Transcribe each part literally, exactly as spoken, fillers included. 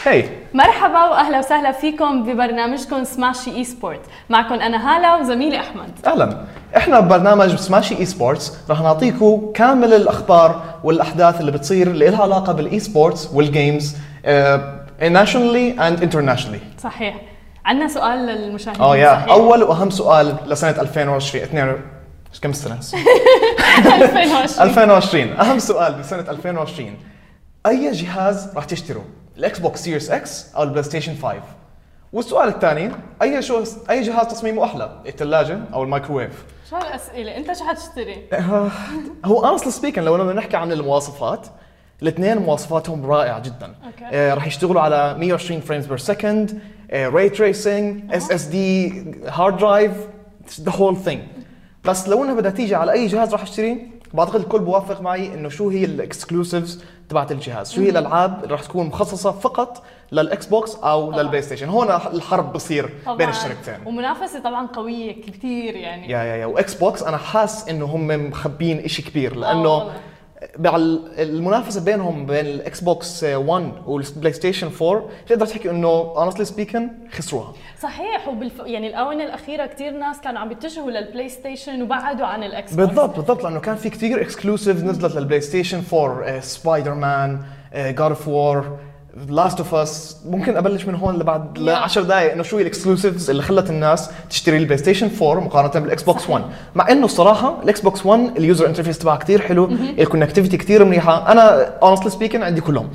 هي مرحبا واهلا وسهلا فيكم ببرنامجكم سماشي اي سبورت، معكم انا هاله وزميلي احمد. اهلا، احنا ببرنامج سماشي اي سبورتس رح نعطيكم كامل الاخبار والاحداث اللي بتصير اللي لها علاقه بالاي سبورتس والجيمز nationally and internationally. صحيح. عندنا سؤال للمشاهدين. اه يا اول واهم سؤال لسنه ألفين وعشرين اثنين كم السنه؟ ألفين وعشرين ألفين وعشرين اهم سؤال بسنه ألفين وعشرين، اي جهاز راح تشتروا؟ الاكس بوكس سيريس اكس او البلاي ستيشن خمسة؟ والسؤال الثاني، اي شو اي جهاز تصميمه احلى، الثلاجه او الميكروويف؟ شو هالاسئله؟ انت شو حتشتري؟ هو honestly speaking لو بدنا نحكي عن المواصفات، الاثنين مواصفاتهم رائعه جدا. آه راح يشتغلوا على مية وعشرين فريمز بير سكند، ري تريسنج، اس اس دي، هارد درايف، ذا هول ثينج. بس لو انها بدها تيجي على اي جهاز راح اشتريه، بعتقد الكل بوافق معي انه شو هي الاكسكلوسيفز تبعت الجهاز، شو هي الالعاب اللي راح تكون مخصصه فقط للاكس بوكس او طبعاً للبلاي ستيشن. هون الحرب بصير بين الشركتين، ومنافسه طبعا قويه كثير يعني. يا يا يا واكس بوكس انا حاس انه هم مخبين شيء كبير، لانه المنافسه بينهم بين الاكس بوكس واحد والبلاي ستيشن أربعة تقدر تحكي انه honestly speaking خسروها. صحيح. وبالف... يعني الاونه الاخيره كثير ناس كانوا عم يتجهوا للبلاي ستيشن وبعدوا عن الاكس بوكس. بالضبط بالضبط، لانه كان في كثير اكسكلوسيف نزلت للبلاي ستيشن أربعة، سبايدر مان، جاد اوف وور، لاست اوف اس. ممكن ابلش من هون لبعد ل عشر دقائق انه شو هي الاكسكلوسيفز اللي خلت الناس تشتري البلاي ستيشن أربعة مقارنه بالاكس بوكس واحد. مع انه الصراحه الاكس بوكس واحد اليوزر انترفيس تبعها كثير حلو، الكونكتيفيتي كثير منيحه. انا honestly speaking عندي كلهم.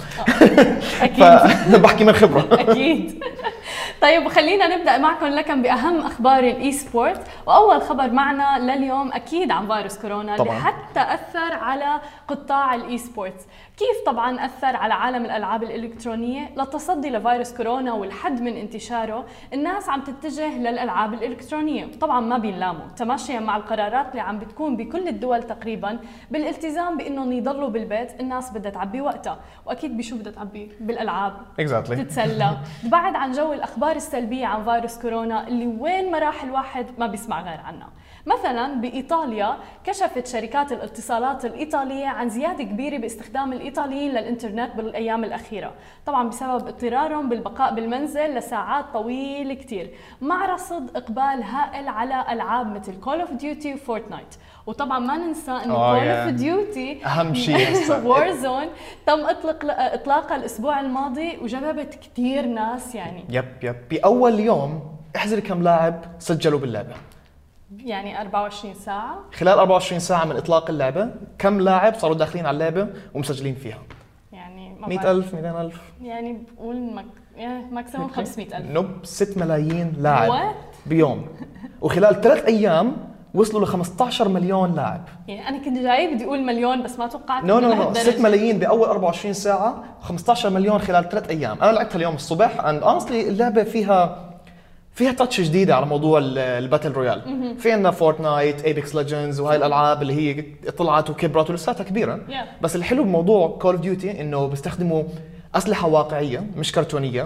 اكيد بحكي من خبره. اكيد. طيب خلينا نبدا معكم لكم باهم اخبار الاي سبورت، واول خبر معنا لليوم اكيد عن فيروس كورونا طبعاً. اللي حتى اثر على قطاع الاي سبورت. كيف طبعا اثر على عالم الالعاب الالكترونيه؟ للتصدي لفيروس كورونا والحد من انتشاره، الناس عم تتجه للالعاب الالكترونيه، طبعا ما بينلاموا تماشيا مع القرارات اللي عم بتكون بكل الدول تقريبا بالالتزام بانهم يضلوا بالبيت. الناس بدها تعبي وقتها، واكيد بشو بدها تعبي؟ بالالعاب exactly. تتسلى. بعد عن جو الاخبار السلبيه عن فيروس كورونا اللي وين ما راح الواحد ما بيسمع غير عنها. مثلا بايطاليا كشفت شركات الاتصالات الايطاليه عن زياده كبيره باستخدام الايطاليين للانترنت بالايام الاخيره، طبعا بسبب اضطرارهم بالبقاء بالمنزل لساعات طويله كثير، مع رصد اقبال هائل على العاب مثل كول اوف ديوتي وفورتنايت. وطبعا ما ننسى انه كول اوف ديوتي اهم شيء وور زون تم اطلاق اطلاقها الاسبوع الماضي وجذبت كثير ناس يعني. يب يب باول يوم احذري كم لاعب سجلوا باللعبه. يعني أربعة وعشرين ساعة؟ خلال أربعة وعشرين ساعة من إطلاق اللعبة، كم لاعب صاروا داخلين على اللعبة ومسجلين فيها؟ يعني مئة ألف، مئتين ألف، يعني بقول مك... يعني ماكسيموم خمسمئة ألف. نوب ستة ملايين لاعب What؟ بيوم، وخلال ثلاث أيام وصلوا ل خمسة عشر مليون لاعب. يعني أنا كنت جاي بدي أقول مليون بس ما توقعت. نو نو نو ستة ملايين بأول أربعة وعشرين ساعة و15 مليون خلال ثلاث أيام. أنا لعبتها اليوم الصبح and honestly اللعبة فيها فيها تاتش جديدة على موضوع الباتل رويال. في عندنا فورتنايت، ايبكس ليجندز وهي الالعاب اللي هي طلعت وكبرت ولساتها كبيرة. yeah. بس الحلو بموضوع كول اوف ديوتي انه بيستخدموا اسلحة واقعية مش كرتونية،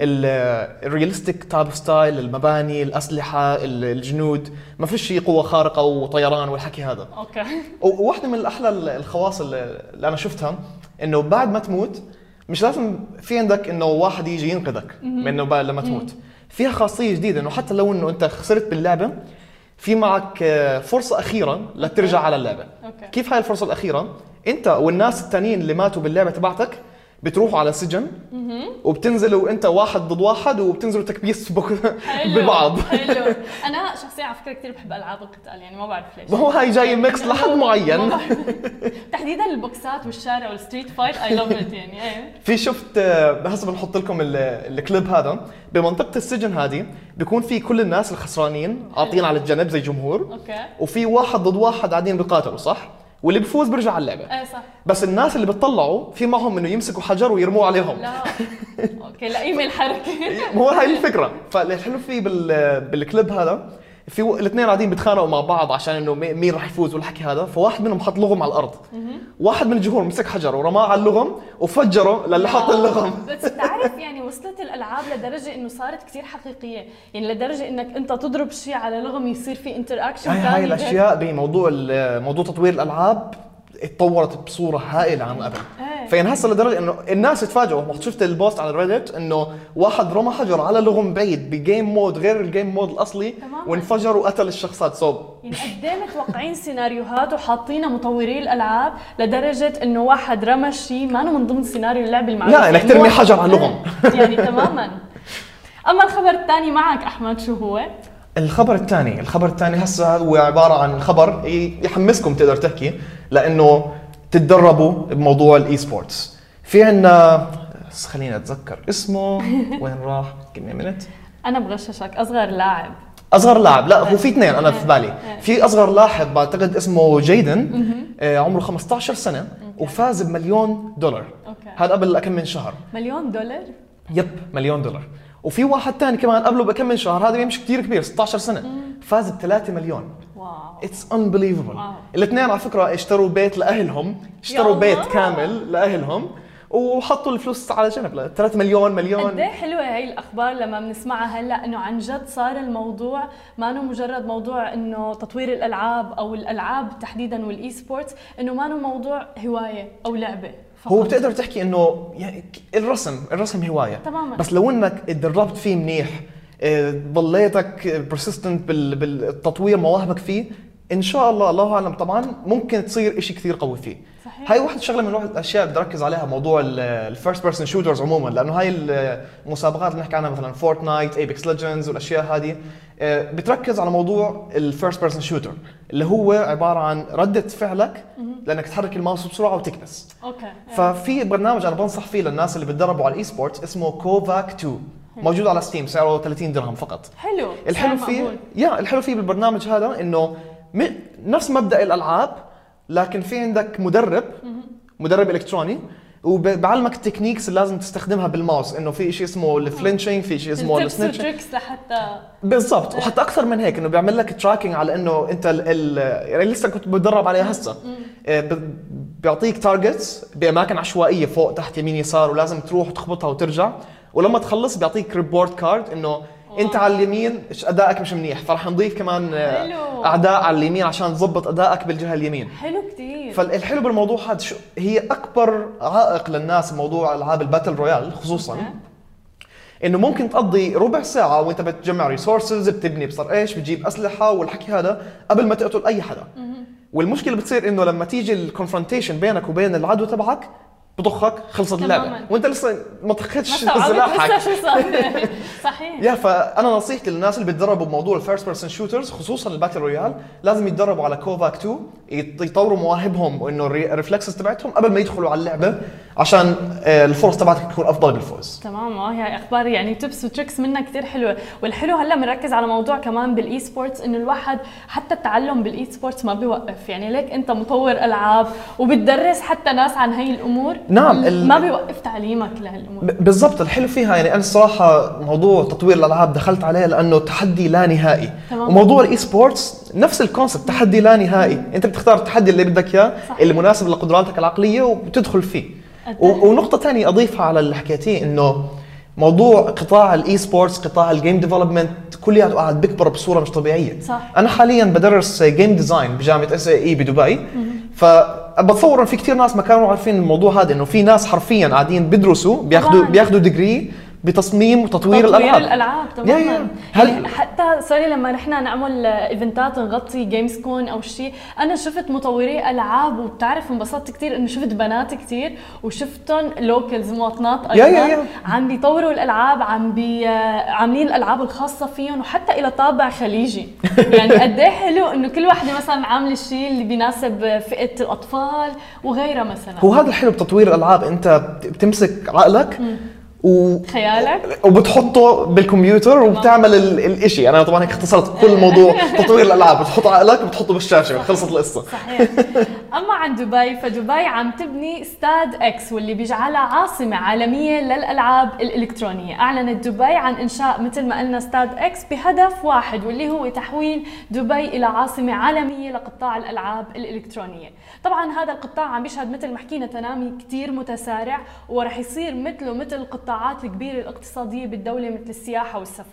الريالستيك تايب ستايل، المباني، الاسلحة، الجنود، ما فيش شيء قوة خارقة وطيران والحكي هذا. اوكي. وواحدة من الاحلى الخواص اللي انا شفتها انه بعد ما تموت مش لازم في عندك انه واحد يجي ينقذك من انه لما تموت. فيها خاصية جديدة انه حتى لو انه انت خسرت باللعبة في معك فرصة أخيرة لترجع على اللعبة. أوكي. كيف هاي الفرصة الأخيرة؟ انت والناس التانيين اللي ماتوا باللعبة تبعتك بتروحوا على السجن وبتنزلوا انت واحد ضد واحد وبتنزلوا تكبيس ببعض. حلو. انا شخصيا على فكره كثير بحب العاب القتال، يعني ما بعرف ليش. ما هو هاي جاي ميكس لحد معين. تحديدا البوكسات والشارع والستريت فايت اي لاف ات يعني. ايه في شفت هسه بنحط لكم الكليب هذا بمنطقة السجن هذه، بيكون في كل الناس الخسرانين عاطين على الجنب زي جمهور. اوكي. وفي واحد ضد واحد قاعدين بيقاتلوا صح؟ واللي بيفوز بيرجع على اللعبه. ايه صح. بس الناس اللي بتطلعوا في معهم انه يمسكوا حجر ويرموه عليهم. لا اوكي لاقيم الحركه. هو هاي الفكره. فالحلو فيه بال بالكليب هذا في الاثنين قاعدين بيتخانقوا مع بعض عشان انه مين راح يفوز والحكي هذا، فواحد منهم حط لغم على الارض، واحد من الجمهور مسك حجر ورماه على اللغم وفجره للي حط اللغم. بس بتعرف يعني وصلت الالعاب لدرجه انه صارت كثير حقيقيه، يعني لدرجه انك انت تضرب شيء على لغم يصير في انتر اكشن. هاي هاي الاشياء بموضوع موضوع تطوير الالعاب اتطورت بصوره هائله عن قبل. ايه فين هسه لدرجه انه الناس تفاجئوا وقت شفت البوست على ريدت انه واحد رمى حجر على لغم بعيد بجيم مود غير الجيم مود الاصلي وانفجر وقتل الشخصات. صوب يعني قد ايه متوقعين سيناريوهات وحاطين مطوري الالعاب لدرجه انه واحد رمى شيء ما من ضمن سيناريو اللعب المعروف. لا انك ترمي حجر على لغم يعني تماما. اما الخبر الثاني معك احمد شو هو؟ الخبر الثاني الخبر الثاني هسه هو عباره عن خبر يحمسكم تقدر تحكي لانه تتدربوا بموضوع الاي سبورتس. في عندنا خلينا اتذكر اسمه وين راح كم منت. انا بغششك اصغر لاعب اصغر لاعب لا هو في اثنين انا في بالي. في اصغر لاعب بعتقد اسمه جايدن آه عمره خمسة عشر سنه وفاز بمليون دولار. هذا قبل كم من شهر. مليون دولار؟ يب مليون دولار. وفي واحد ثاني كمان قبله بكم من شهر هذا بيمشي كثير كبير ستة عشر سنه فاز ب ثلاثة مليون. واو اتس انبليفبل. الاثنين على فكره اشتروا بيت لاهلهم اشتروا بيت كامل لاهلهم وحطوا الفلوس على جنب. ثلاثة مليون مليون. قد ايه حلوه هي الاخبار لما بنسمعها هلا انه عن جد صار الموضوع ما انه مجرد موضوع انه تطوير الالعاب او الالعاب تحديدا والاي سبورتس انه ما انه موضوع هوايه او لعبه فقط. هو بتقدر تحكي انه يعني الرسم الرسم هوايه تماما. بس لو انك اتدربت فيه منيح ضليتك برسيستنت بالتطوير مواهبك فيه ان شاء الله الله اعلم طبعا ممكن تصير شيء كثير قوي فيه. صحيح. هاي واحدة شغله من الاشياء اللي بدي اركز عليها موضوع الفيرست بيرسون شوترز عموما لانه هاي المسابقات اللي نحكي عنها مثلا فورتنايت ايبكس ليجندز والاشياء هذه بتركز على موضوع الفيرست بيرسون شوتر اللي هو عباره عن رده فعلك لانك تحرك الماوس بسرعه وتكبس. اوكي. ففي برنامج انا بنصح فيه للناس اللي بتدربوا على الاي سبورتس اسمه كوفاك اثنين موجود على ستيم سعره ثلاثين درهم فقط. حلو. الحلو فيه يا الحلو فيه بالبرنامج هذا انه نفس مبدا الالعاب لكن في عندك مدرب مدرب الكتروني وبعلمك التكنيكس اللي لازم تستخدمها بالماوس انه في شيء اسمه الفلينشينج في شيء اسمه السنيتشنج تريكس لحتى بالضبط. وحتى اكثر من هيك انه بيعمل لك تراكنج على انه انت ال ال يعني لسه كنت بتدرب عليها هسه بيعطيك تارجتس باماكن عشوائيه فوق تحت يمين يسار ولازم تروح تخبطها وترجع ولما تخلص بيعطيك ريبورت كارد انه انت على اليمين ادائك مش منيح فرح نضيف كمان حلو. اعداء على اليمين عشان تظبط ادائك بالجهه اليمين. حلو كثير. فالحلو بالموضوع هذا شو هي اكبر عائق للناس موضوع العاب الباتل رويال خصوصا انه ممكن تقضي ربع ساعه وانت بتجمع ريسورسز بتبني بصر ايش بتجيب اسلحه والحكي هذا قبل ما تقتل اي حدا. والمشكله بتصير انه لما تيجي الكونفرونتيشن بينك وبين العدو تبعك بضخك خلصت اللعبه وانت لسه ما طخيتش سلاحك. صحيح. يا فانا نصيحتي للناس اللي بيتدربوا بموضوع الفيرست بيرسون شوترز خصوصا الباتل رويال لازم يتدربوا على كوفاك اثنين يطوروا مواهبهم وانه الريفلكسز تبعتهم قبل ما يدخلوا على اللعبه عشان الفرص تبعتك تكون افضل بالفوز. تمام. اه هي اخبار يعني تبس وتريكس منها كثير حلوه. والحلو هلا بنركز على موضوع كمان بالاي سبورتس انه الواحد حتى التعلم بالاي سبورتس ما بيوقف يعني ليك انت مطور العاب وبتدرس حتى ناس عن هي الامور. نعم ما بيوقف تعليمك لهالامور. بالضبط. الحلو فيها يعني انا الصراحه موضوع تطوير الالعاب دخلت عليه لانه تحدي لا نهائي. تمام. وموضوع الاي سبورتس نفس الكونسبت تحدي لا نهائي. مم. انت بتختار التحدي اللي بدك اياه اللي مناسب لقدراتك العقليه وبتدخل فيه. ونقطه ثانيه اضيفها على اللي حكيتيه انه موضوع قطاع الاي سبورتس قطاع الجيم ديفلوبمنت كلياته قاعد بيكبر بصوره مش طبيعيه. صح. انا حاليا بدرس جيم ديزاين بجامعه اس اي بدبي. فبتصور ان في كثير ناس ما كانوا عارفين الموضوع هذا انه في ناس حرفيا قاعدين بيدرسوا بياخذوا بياخذوا ديجري بتصميم وتطوير الالعاب. تطوير الالعاب تماما. يعني حتى سوري لما نحن نعمل ايفنتات نغطي جيمز كون او شيء انا شفت مطوري العاب وبتعرف انبسطت كثير انه شفت بنات كثير وشفتهم لوكلز مواطنات ايضا يا يا يا. عم بيطوروا الالعاب عم بي عاملين الالعاب الخاصه فيهم وحتى الى طابع خليجي. يعني قد ايه حلو انه كل وحده مثلا عامله الشيء اللي بيناسب فئه الاطفال وغيرها مثلا. هو هذا الحلو بتطوير الالعاب انت بتمسك عقلك م. و... خيالك وبتحطه بالكمبيوتر وبتعمل الاشي. انا طبعا هيك اختصرت كل موضوع تطوير الالعاب بتحط عقلك وبتحطه بالشاشه خلصت القصه. صحيح. اما عن دبي فدبي عم تبني استاد اكس واللي بيجعلها عاصمه عالميه للالعاب الالكترونيه. اعلنت دبي عن انشاء مثل ما قلنا استاد اكس بهدف واحد واللي هو تحويل دبي الى عاصمه عالميه لقطاع الالعاب الالكترونيه. طبعا هذا القطاع عم بيشهد مثل ما حكينا تنامي كثير متسارع ورح يصير مثله مثل القطاع القطاعات الكبيرة الاقتصادية بالدولة مثل السياحة والسفر.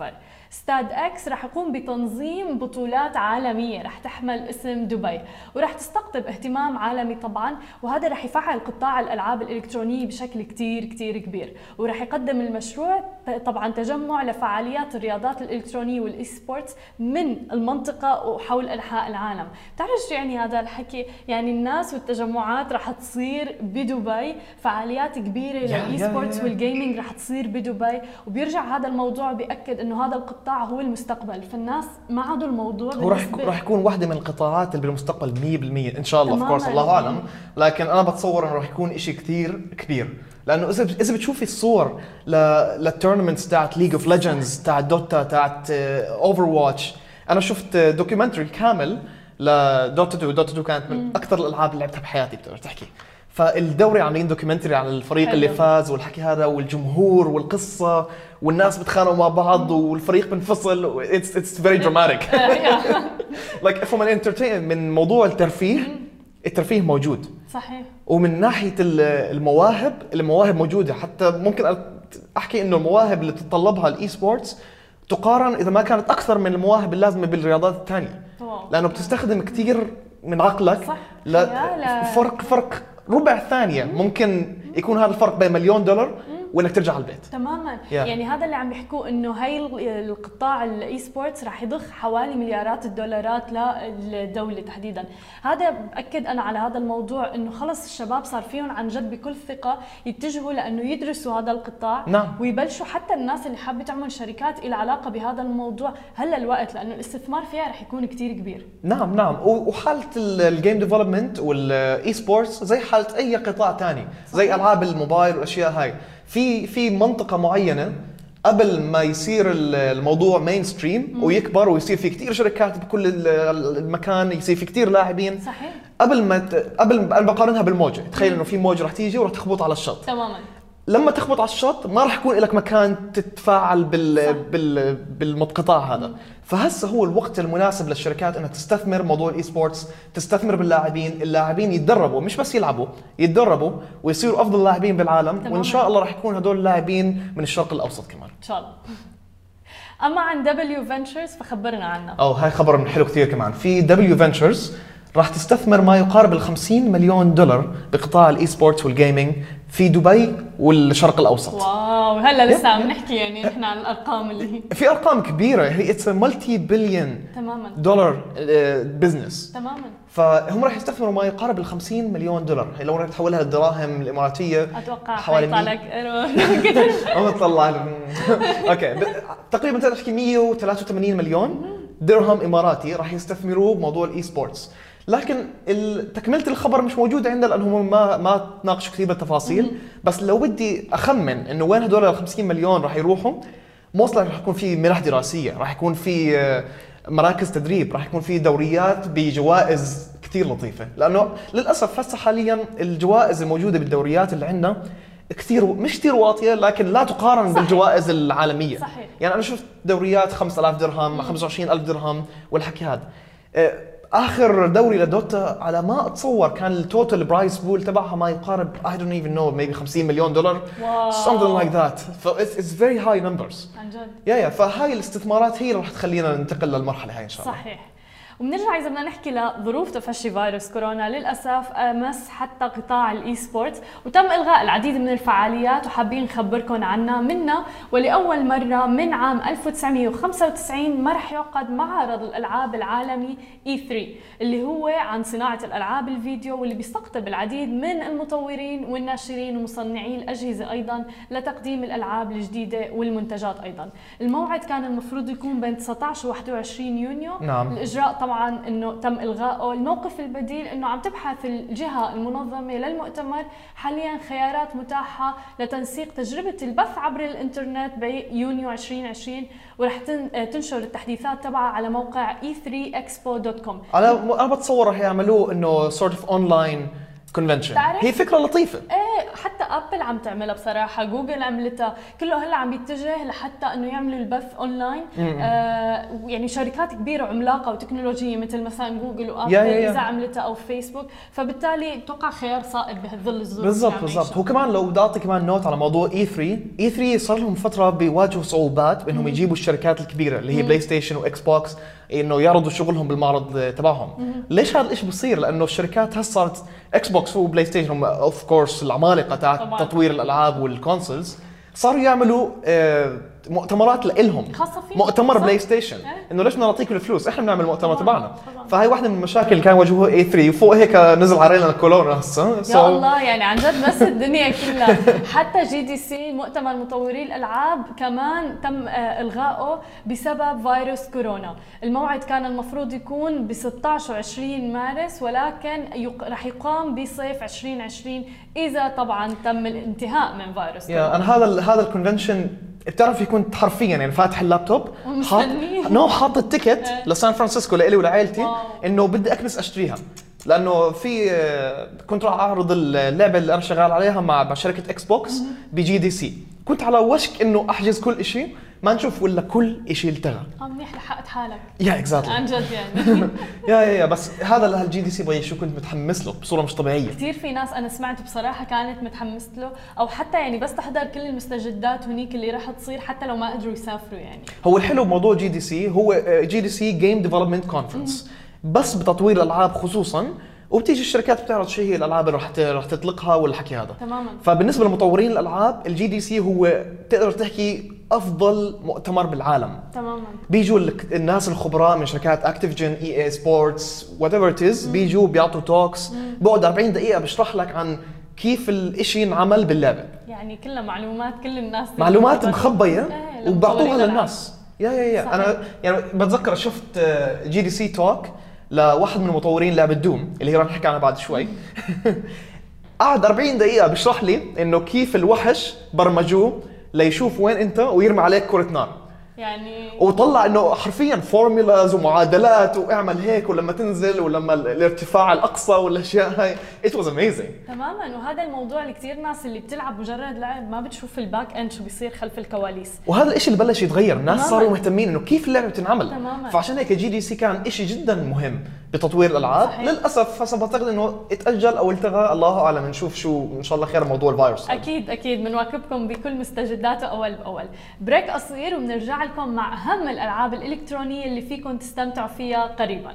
ستاد اكس رح يقوم بتنظيم بطولات عالميه رح تحمل اسم دبي، ورح تستقطب اهتمام عالمي طبعا، وهذا رح يفعل قطاع الالعاب الالكترونيه بشكل كتير كتير كبير. ورح يقدم المشروع طبعا تجمع لفعاليات الرياضات الالكترونيه والاي سبورتس من المنطقه وحول انحاء العالم. بتعرف شو يعني هذا الحكي؟ يعني الناس والتجمعات رح تصير بدبي، فعاليات كبيره للاي سبورتس والجيمنج رح تصير بدبي، وبيرجع هذا الموضوع بياكد انه هذا القطاع هو المستقبل، فالناس ما عادوا الموضوع وراح راح يكون واحده من القطاعات اللي بالمستقبل مية بالمية ان شاء الله. اوف كورس الله اعلم، لكن انا بتصور انه راح يكون شيء كثير كبير، لانه اذا اذا بتشوفي الصور للتورنمنتس تاعت ليج اوف ليجندز، تاعت دوتا، تاعت اوفر واتش. انا شفت دوكيومنتري كامل لدوتا تو. دوتا تو كانت من اكثر الالعاب اللي لعبتها بحياتي بتقدر تحكي. فالدوري عاملين دوكيومنتري عن الفريق حلو. اللي فاز والحكي هذا والجمهور والقصه والناس بتخانقوا مع بعض والفريق بنفصل. اتس اتس فيري دراماتيك. لايك فروم ان انترتين، من موضوع الترفيه، الترفيه موجود صحيح، ومن ناحيه المواهب، المواهب موجوده. حتى ممكن احكي انه المواهب اللي تتطلبها الاي سبورتس تقارن اذا ما كانت اكثر من المواهب اللازمه بالرياضات الثانيه، لانه بتستخدم كثير من عقلك. صح. لا فرق فرق ربع ثانيه ممكن يكون هذا الفرق بين مليون دولار وانك ترجع على البيت تماما. yeah. يعني هذا اللي عم بيحكوه، انه هي القطاع الاي سبورتس راح يضخ حوالي مليارات الدولارات للدوله تحديدا. هذا باكد انا على هذا الموضوع، انه خلص الشباب صار فيهم عن جد بكل ثقه يتجهوا لانه يدرسوا هذا القطاع. نعم. ويبلشوا حتى الناس اللي حابه تعمل شركات لها علاقه بهذا الموضوع هلا الوقت، لانه الاستثمار فيها راح يكون كثير كبير. نعم نعم. وحاله الجيم ديفلوبمنت والاي سبورتس زي حاله اي قطاع ثاني، زي العاب الموبايل والاشياء هاي. في في منطقه معينه قبل ما يصير الموضوع مين ستريم ويكبر ويصير في كثير شركات بكل المكان، يصير في كثير لاعبين. صحيح. قبل ما ت... قبل انا بقارنها بالموجه. تخيل انه في موجه رح تيجي ورح تخبط على الشط. تماما. لما تخبط على الشط ما رح يكون لك مكان تتفاعل بال... بال... بالمقطع هذا. مم. فهسه هو الوقت المناسب للشركات انها تستثمر موضوع الاي سبورتس، تستثمر باللاعبين، اللاعبين يتدربوا مش بس يلعبوا، يتدربوا ويصيروا افضل لاعبين بالعالم. تمام. وان شاء الله رح يكون هدول اللاعبين من الشرق الاوسط كمان ان شاء الله. اما عن دبليو فينتشرز فخبرنا عنها. او هاي خبر من حلو كثير كمان. في دبليو فينتشرز راح تستثمر ما يقارب ال خمسين مليون دولار بقطاع الاي سبورتس والجيمنج في دبي والشرق الاوسط. واو، هلا لسه عم نحكي يعني نحن عن الارقام اللي هي في ارقام كبيره. هي اتس مالتي بليون تماما دولار بزنس. تماما. فهم راح يستثمروا ما يقارب ال خمسين مليون دولار. هي لو راح تحولها للدراهم الاماراتيه اتوقع حيطلع لك ما تطلع اوكي تقريبا تحكي مية وثلاثة وثمانين مليون درهم اماراتي راح يستثمروه بموضوع الاي سبورتس. لكن تكمله الخبر مش موجوده عندنا لانهم ما ما تناقشوا كثير بالتفاصيل. بس لو بدي اخمن انه وين هدول ال خمسين مليون راح يروحوا، موصلا راح يكون في منح دراسيه، راح يكون في مراكز تدريب، راح يكون في دوريات بجوائز كثير لطيفه. لانه للاسف هسه حاليا الجوائز الموجوده بالدوريات اللي عندنا كثير مش كثير واطيه، لكن لا تقارن صحيح. بالجوائز العالميه. صحيح. يعني انا شفت دوريات خمسة آلاف درهم، خمسة وعشرين ألف درهم والحكي هذا. اخر دوري لدوتا على ما اتصور كان التوتال برايس بول تبعها ما يقارب I don't even know maybe خمسين مليون دولار. wow. something like that. so it's, it's very high numbers. عن جد. يا يا فهاي الاستثمارات هي اللي راح تخلينا ننتقل للمرحله هاي ان شاء الله. صحيح. وبنرجع اذا بدنا نحكي لظروف تفشي فيروس كورونا، للاسف امس حتى قطاع الاي سبورتس وتم الغاء العديد من الفعاليات وحابين نخبركم عنها. منها ولاول مره من عام ألف وتسعمية وخمسة وتسعين ما رح يعقد معرض الالعاب العالمي إي ثري اللي هو عن صناعه الالعاب الفيديو، واللي بيستقطب العديد من المطورين والناشرين ومصنعي الاجهزه ايضا لتقديم الالعاب الجديده والمنتجات ايضا. الموعد كان المفروض يكون بين تسعة عشر وواحد وعشرين يونيو. نعم. الاجراء طبعا انه تم الغائه. الموقف البديل انه عم تبحث الجهه المنظمه للمؤتمر حاليا خيارات متاحه لتنسيق تجربه البث عبر الانترنت بيونيو عشرين عشرين، ورح تنشر التحديثات تبعها على موقع إي ثري إكسبو دوت كوم. انا انا بتصور رح يعملوه انه sort of online convention. هي فكره لطيفه. ايه حتى ابل عم تعملها بصراحه، جوجل عملتها، كله هلا عم يتجه لحتى انه يعملوا البث اونلاين. آه يعني شركات كبيره وعملاقه وتكنولوجيه مثل مثلا جوجل وابل اذا عملتها او فيسبوك، فبالتالي اتوقع خيار صائب بهالظل الظروف. بالضبط بالضبط. هو كمان لو بدي اعطي كمان نوت على موضوع اي ثري، اي ثري صار لهم فتره بيواجهوا صعوبات بانهم يجيبوا الشركات الكبيره اللي هي بلاي ستيشن واكس بوكس انه يعرضوا شغلهم بالمعرض تبعهم. ليش هذا الشيء بصير؟ لانه الشركات هسه صارت اكس بوكس وبلاي ستيشن هم اوف كورس العمالقه تاعت تطوير الالعاب والكونسولز، صاروا يعملوا آه مؤتمرات لإلهم خاصة فيه مؤتمر بلاي ستيشن، انه ليش بدنا نعطيكم الفلوس، احنا بنعمل المؤتمر تبعنا. فهي واحدة من المشاكل اللي كان يواجهوها اي ثري، وفوق هيك نزل علينا الكورونا هسه. يا so الله، يعني عن جد مس الدنيا كلها. حتى جي دي سي مؤتمر مطوري الالعاب كمان تم الغائه بسبب فيروس كورونا. الموعد كان المفروض يكون ب ستة عشر وعشرين مارس، ولكن يق... رح يقام بصيف عشرين عشرين اذا طبعا تم الانتهاء من فيروس كورونا. انا هذا هذا الكونفنشن بتعرفي كنت حرفيا يعني فاتح اللابتوب حاط نو حاط التيكت لسان فرانسيسكو لإلي ولعائلتي انه بدي اكبس اشتريها، لانه في كنت راح اعرض اللعبه اللي انا شغال عليها مع شركه اكس بوكس بجي دي سي، كنت على وشك انه احجز كل شيء، ما نشوف ولا كل شيء التغى. اه منيح لحقت حالك. يا اكزاكتلي عن جد يعني. يا يا يا بس هذا الجي دي سي بغي شو كنت متحمس له بصوره مش طبيعيه. كثير في ناس انا سمعت بصراحه كانت متحمس له، او حتى يعني بس تحضر كل المستجدات هنيك اللي راح تصير حتى لو ما قدروا يسافروا. يعني هو الحلو بموضوع جي دي سي، هو جي دي سي جيم ديفلوبمنت كونفرنس بس بتطوير الالعاب خصوصا، وبتيجي الشركات بتعرض شيء هي الالعاب اللي رح رح تطلقها والحكي هذا تماما. فبالنسبه لمطورين الالعاب الجي دي سي هو تقدر تحكي افضل مؤتمر بالعالم تماما. بيجوا الناس الخبراء من شركات اكتيفيجن، اي اي سبورتس، وات ايفر ات از، بيجوا بيعطوا توكس، بقعد أربعين دقيقه بشرح لك عن كيف الاشي انعمل باللعبه. يعني كلها معلومات كل الناس معلومات مخبيه ايه وبعطوها للناس. يا يا يا صحيح. انا يعني بتذكر شفت جي دي سي توك لواحد من مطورين لعبه دوم اللي هي راح نحكي عنها بعد شوي. قعد أربعين دقيقه بيشرح لي انه كيف الوحش برمجوه ليشوف وين انت ويرمي عليك كره نار. يعني وطلع انه حرفيا فورمولاز ومعادلات واعمل هيك ولما تنزل ولما الارتفاع الاقصى والاشياء هاي. It was amazing. تماما. وهذا الموضوع اللي كثير ناس اللي بتلعب مجرد لعب ما بتشوف الباك اند شو بيصير خلف الكواليس، وهذا الشيء اللي بلش يتغير، الناس تماماً. صاروا مهتمين انه كيف اللعبه بتنعمل تماماً. فعشان هيك جي دي سي كان شيء جدا مهم بتطوير الالعاب. صحيح. للاسف هسه بعتقد انه اتاجل او التغى، الله اعلم، نشوف شو ان شاء الله خير موضوع الفيروس. اكيد اكيد بنواكبكم بكل مستجداته اول باول. بريك قصير وبنرجع لكم مع اهم الالعاب الالكترونيه اللي فيكم تستمتعوا فيها قريبا.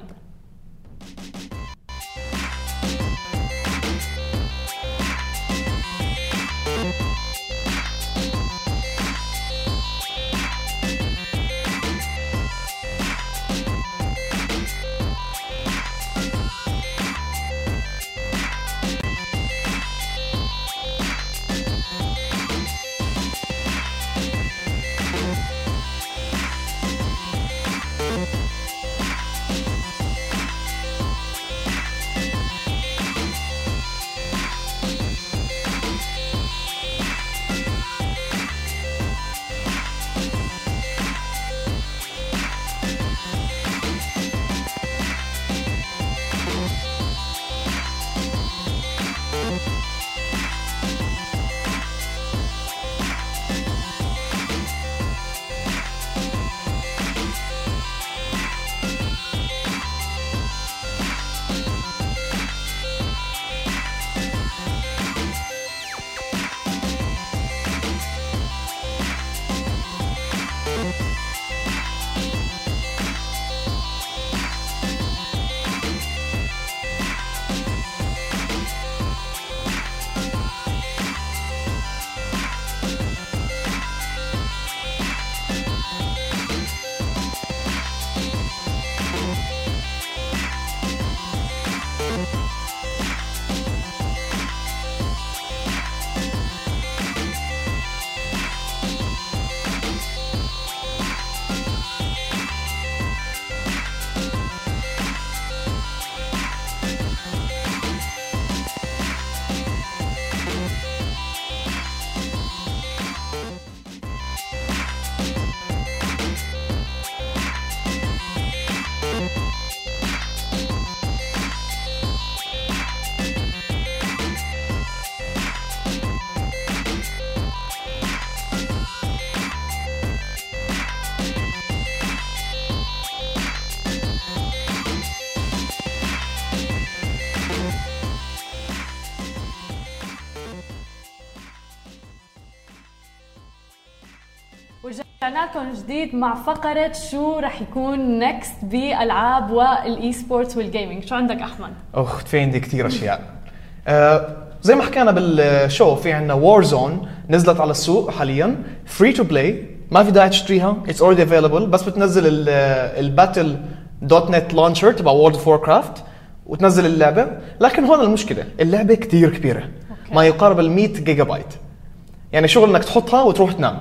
رجعنا لكم جديد مع فقرة شو رح يكون نكست بالألعاب والإي سبورتس والجيمنج. شو عندك أحمد؟ أخ في عندي كتير أشياء. أه زي ما حكينا بالشو في عنا وارزون نزلت على السوق حاليا فري تو بلاي، ما في داعي تشتريها، اتس اوريدي افيلبل، بس بتنزل الباتل دوت نت لانشر تبع وورلد اوف ووركرافت وتنزل اللعبة. لكن هون المشكلة اللعبة كتير كبيرة ما يقارب ال مية جيجا بايت، يعني شغل انك تحطها وتروح تنام.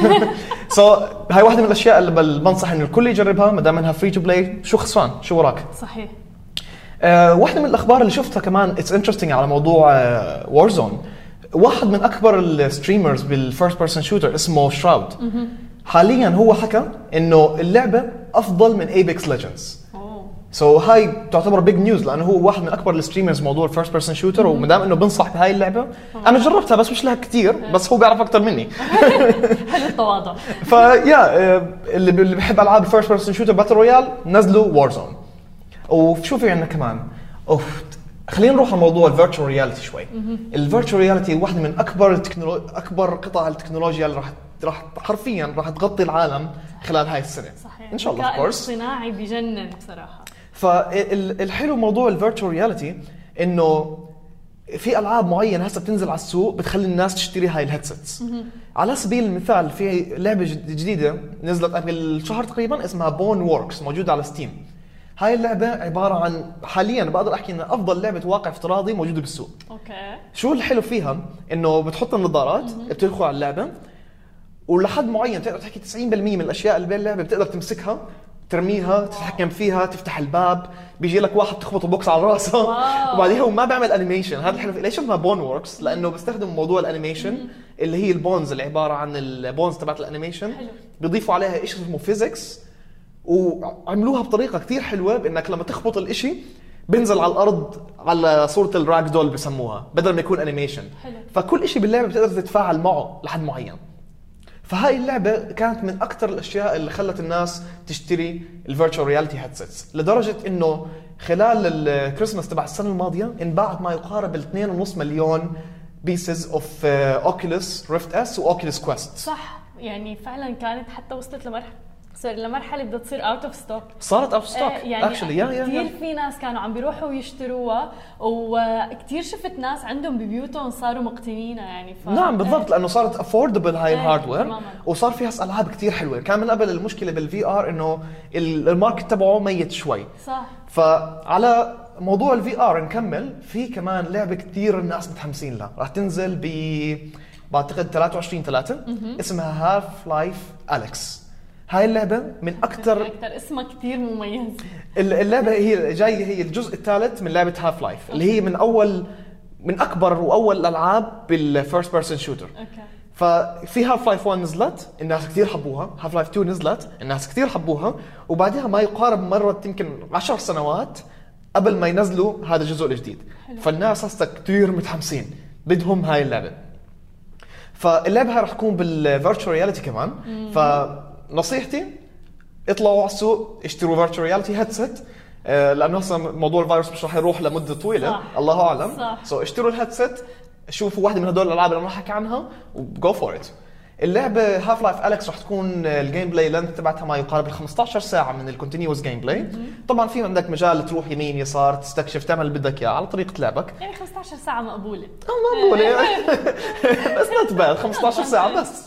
سو so, هاي واحدة من الاشياء اللي بنصح انه الكل يجربها ما دام انها فري تو بلاي. شو خسران؟ شو وراك؟ صحيح. أه واحدة من الاخبار اللي شفتها كمان اتس انترستينج على موضوع وارزون، أه واحد من اكبر الستريمرز بالفيرست بيرسون شوتر اسمه شراود حاليا هو حكى انه اللعبة افضل من ايبكس ليجندز. سو so, هاي تعتبر بيج نيوز لانه هو واحد من اكبر الستريمرز موضوع الفيرست بيرسون شوتر، ومدام انه بنصح بهاي اللعبه انا جربتها بس مش لها كتير، بس هو بيعرف اكثر مني. حلو التواضع. فيا اللي اللي بحب العاب الفيرست بيرسون شوتر باتل رويال نزلوا وارزون. وشو في عندنا كمان؟ اوف خلينا نروح على موضوع الفيرتشوال رياليتي شوي. الفيرتشوال رياليتي واحده من اكبر التكنولو... اكبر قطع التكنولوجيا اللي راح راح حرفيا راح تغطي العالم خلال هاي السنه. صحيح. ان شاء الله. الذكاء الاصطناعي بجنن بصراحه. فالحلو موضوع الفيرتشوال رياليتي انه في العاب معينه هسه بتنزل على السوق بتخلي الناس تشتري هاي الهيدسيتس. على سبيل المثال في لعبه جديده نزلت قبل شهر تقريبا اسمها بون ووركس موجوده على ستيم. هاي اللعبه عباره عن حاليا بقدر احكي انها افضل لعبه واقع افتراضي موجوده بالسوق. اوكي. شو الحلو فيها؟ انه بتحط النظارات بتدخل على اللعبه ولحد معين تقدر تحكي تسعين بالمية من الاشياء اللي بين اللعبه بتقدر تمسكها ترميها تتحكم فيها تفتح الباب بيجي لك واحد تخبط البوكس على راسه وبعديها هو ما بيعمل انيميشن. هذا الحلو ليش اسمها بون ووركس لانه بيستخدم موضوع الانيميشن اللي هي البونز اللي عباره عن البونز تبعت الانيميشن بيضيفوا عليها شيء اسمه فيزيكس وعملوها بطريقه كثير حلوه بانك لما تخبط الاشي بينزل على الارض على صوره الراك دول بسموها بدل ما يكون انيميشن. فكل اشي باللعبه بتقدر تتفاعل معه لحد معين. فهاي اللعبة كانت من أكثر الأشياء اللي خلت الناس تشتري الفيرتشوال رياليتي هيدسيتس لدرجة إنه خلال الكريسماس تبع السنة الماضية انباعت ما يقارب اثنين ونص مليون بيسز اوف اوكيوليس ريفت اس واوكيوليس كويست. صح يعني فعلا كانت حتى وصلت لمرحلة سوري لمرحله بدها تصير اوت اوف ستوك. صارت اوت اوف ستوك يعني كثير في ناس كانوا عم بيروحوا يشتروها وكثير شفت ناس عندهم ببيوتهم صاروا مقتنينها يعني ف... نعم بالضبط لانه صارت افوردبل هاي الهاردوير وصار فيها العاب كثير حلوه. كان من قبل المشكله بالفي ار انه الماركت تبعه ميت شوي. صح. فعلى موضوع الفي ار نكمل في كمان لعبه كثير الناس متحمسين لها راح تنزل ب بعتقد ثلاثة وعشرين ثلاثة اسمها هاف لايف أليكس. هاي اللعبة من أكتر أكتر اسمها كتير مميز. اللعبة هي جاية هي الجزء الثالث من لعبة هاف لايف اللي هي من أول من أكبر وأول الألعاب بالفيرست بيرسون شوتر. ففي هاف لايف واحد نزلت الناس كتير حبوها، هاف لايف اثنين نزلت الناس كتير حبوها، وبعدها ما يقارب مرة يمكن عشر سنوات قبل ما ينزلوا هذا الجزء الجديد. فالناس هسه كتير متحمسين بدهم هاي اللعبة. فاللعبة هاي رح تكون بالفيرتشوال رياليتي كمان. ف نصيحتي اطلعوا على السوق اشتروا فيرتشوال رياليتي هيدسيت لانه هسه موضوع الفيروس مش راح يروح لمده طويله. صح. الله اعلم. سو so, اشتروا الهيدسيت شوفوا واحده من هدول الالعاب اللي انا راح احكي عنها وجو فور ات. اللعبه هاف لايف أليكس راح تكون الجيم بلاي لينث تبعتها ما يقارب خمسطعش ساعه من الكونتينيوس جيم بلاي. طبعا في عندك مجال تروح يمين يسار تستكشف تعمل اللي بدك اياه على طريقه لعبك. يعني خمسطعش ساعه مقبوله. اه مقبوله بس نوت باد خمسطعش ساعه بس.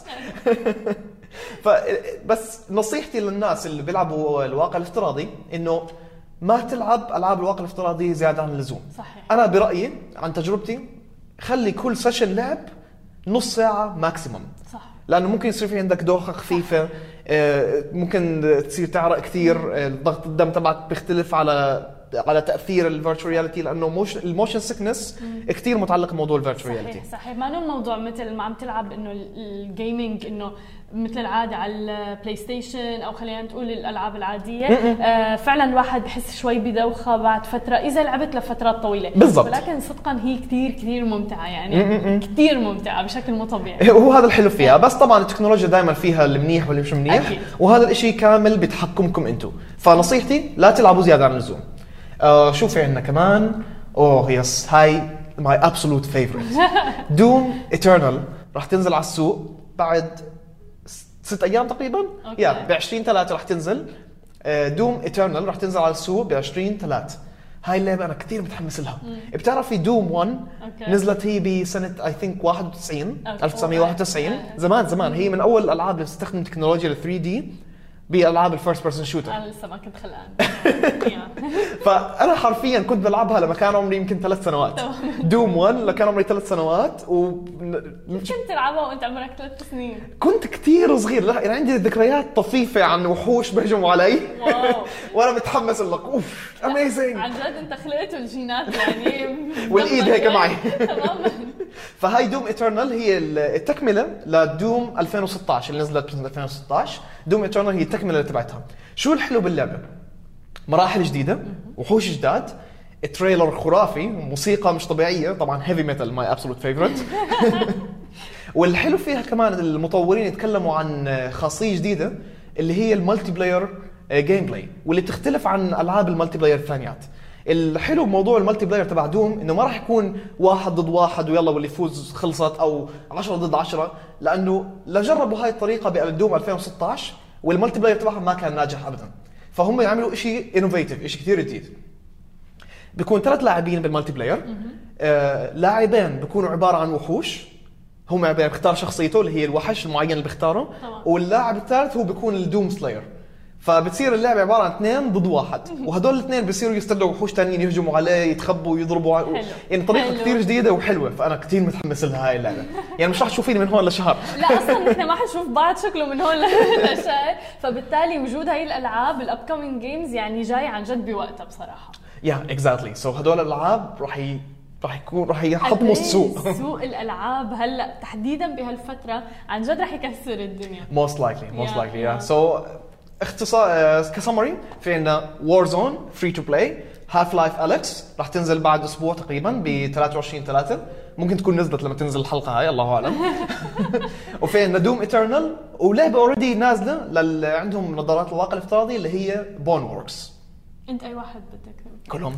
فبس نصيحتي للناس اللي بيلعبوا الواقع الافتراضي انه ما تلعب العاب الواقع الافتراضي زياده عن اللزوم. صحيح. انا برايي عن تجربتي خلي كل سيشن لعب نص ساعه ماكسيمم. صح. لانه ممكن يصير في عندك دوخه خفيفه، ممكن تصير تعرق كثير، ضغط الدم تبعك بيختلف على على تاثير الفيرتشوال رياليتي لانه موش الموشن سيكنس كثير متعلق بموضوع الفيرتشوال رياليتي. صحيح صحيح. ما نو الموضوع مثل ما عم تلعب انه الجيمنج انه مثل العاده على البلاي ستيشن او خلينا نقول الالعاب العاديه. آه فعلا الواحد بحس شوي بدوخه بعد فتره اذا لعبت لفترات طويله. بالضبط. ولكن صدقا هي كثير كثير ممتعه يعني كثير ممتعه بشكل مو طبيعي. هو هذا الحلو فيها. بس طبعا التكنولوجيا دائما فيها المنيح واللي مش منيح. أكيد. وهذا الاشي كامل بتحكمكم انتم. فنصيحتي لا تلعبوا زياده عن اللزوم. آه شو في عندنا كمان؟ اوه يس هاي ماي ابسولوت فيفورت دوم ايترنال راح تنزل على السوق بعد ست ايام تقريبا. يا ب عشرين ثلاثة راح تنزل. دوم ايترنال راح تنزل على السوق ب عشرين ثلاثة. هاي اللعبه انا كثير متحمس لها. مم. بتعرفي دوم واحد أوكي. نزلت هي بسنه اي ثينك واحد وتسعين ألف وتسعمية وواحد وتسعين. أوكي. زمان زمان هي من اول الالعاب اللي بتستخدم تكنولوجيا ال ثري دي بالعاب الفيرست بيرسون شوتر. انا لسه ما كنت خلقان. فانا حرفيا كنت بلعبها لما كان عمري يمكن ثلاث سنوات. دوم واحد لما كان عمري ثلاث سنوات و كنت تلعبها وانت عمرك ثلاث سنين. كنت كثير صغير، لا يعني عندي ذكريات طفيفه عن وحوش بهجموا علي. واو. وانا متحمس لك اوف اميزنج. عن جد انت خلقت الجينات يعني والايد هيك معي. تماما. فهاي دوم ايترنال هي التكمله لدوم ألفين وستة عشر اللي نزلت ب ألفين وستة عشر. دوم ايترنال هي التكمله تبعتها. شو الحلو باللعبه؟ مراحل جديده، وحوش جداد، التريلر خرافي، موسيقى مش طبيعيه، طبعا هيفي ميتال ماي ابسولوت فيفورت. والحلو فيها كمان المطورين يتكلموا عن خاصيه جديده اللي هي المالتي بلاير جيم بلاي، واللي بتختلف عن العاب المالتي بلاير الثانيات. الحلو بموضوع المالتي بلاير تبع دوم انه ما راح يكون واحد ضد واحد ويلا واللي يفوز خلصت او عشرة ضد عشرة، لانه لجربوا هاي الطريقه بدوم ألفين وستة عشر والمالتي بلاير تبعهم ما كان ناجح ابدا. فهم يعملوا شيء انوفيتيف، شيء كثير جديد. بيكون ثلاث لاعبين بالمالتي بلاير. آه، لاعبين بيكونوا عباره عن وحوش، هم عباره بيختار شخصيته اللي هي الوحش المعين اللي بيختاره، واللاعب الثالث هو بيكون الدوم سلاير. فبتصير اللعبه عباره عن اثنين ضد واحد، وهدول الاثنين بيصيروا يستدعوا وحوش ثانيين يهجموا عليه، يتخبوا ويضربوا. يعني طريقه كثير جديده وحلوه، فانا كثير متحمس لها هاي اللعبه. يعني مش راح تشوفيني من هون لشهر. لا اصلا نحن ما حنشوف بعض شكله من هون لشهر، فبالتالي وجود هاي الالعاب الابكمينج جيمز يعني جاي عن جد بوقتها بصراحه. يا اكزاكتلي. سو هدول الالعاب راح ي... راح يكون راح يحطموا السوق. سوق الالعاب هلا تحديدا بهالفتره عن جد راح يكسر الدنيا. most likely most likely yeah. so اختصار كسمري في عندنا وارزون فري تو بلاي، هاف لايف أليكس راح تنزل بعد اسبوع تقريبا ب ثلاثة وعشرين ثلاثة، ممكن تكون نزلت لما تنزل الحلقه هاي الله اعلم. وفي عندنا دوم ايترنال، ولعبه اوريدي نازله للي عندهم نظارات الواقع الافتراضي اللي هي بون ووركس. انت اي واحد بدك؟ كلهم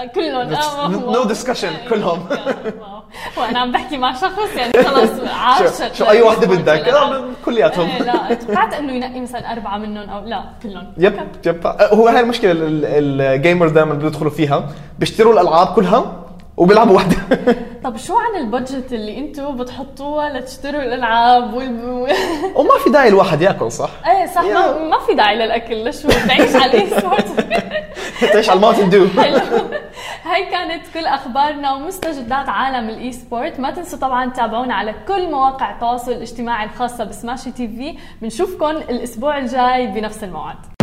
كلهم نو ديسكشن كلهم. وانا عم بحكي مع شخص يعني خلص عاشت شو اي واحده بدك كلياتهم. لا توقعت انه ينقي مثلا اربعه منهم او لا كلهم. يب يب هو هاي المشكله الجيمرز دائما بيدخلوا فيها، بيشتروا الالعاب كلها وبيلعبوا وحده. طب شو عن البادجت اللي انتم بتحطوها لتشتروا الالعاب وال... وما في داعي الواحد ياكل صح؟ ايه صح. ما, ما في داعي للاكل. لشو تعيش على الاي سبورت؟ تعيش على الماونتن ديو. هاي كانت كل اخبارنا ومستجدات عالم الاي سبورت. ما تنسوا طبعا تتابعونا على كل مواقع التواصل الاجتماعي الخاصه بسماشي تي في. بنشوفكم الاسبوع الجاي بنفس الموعد.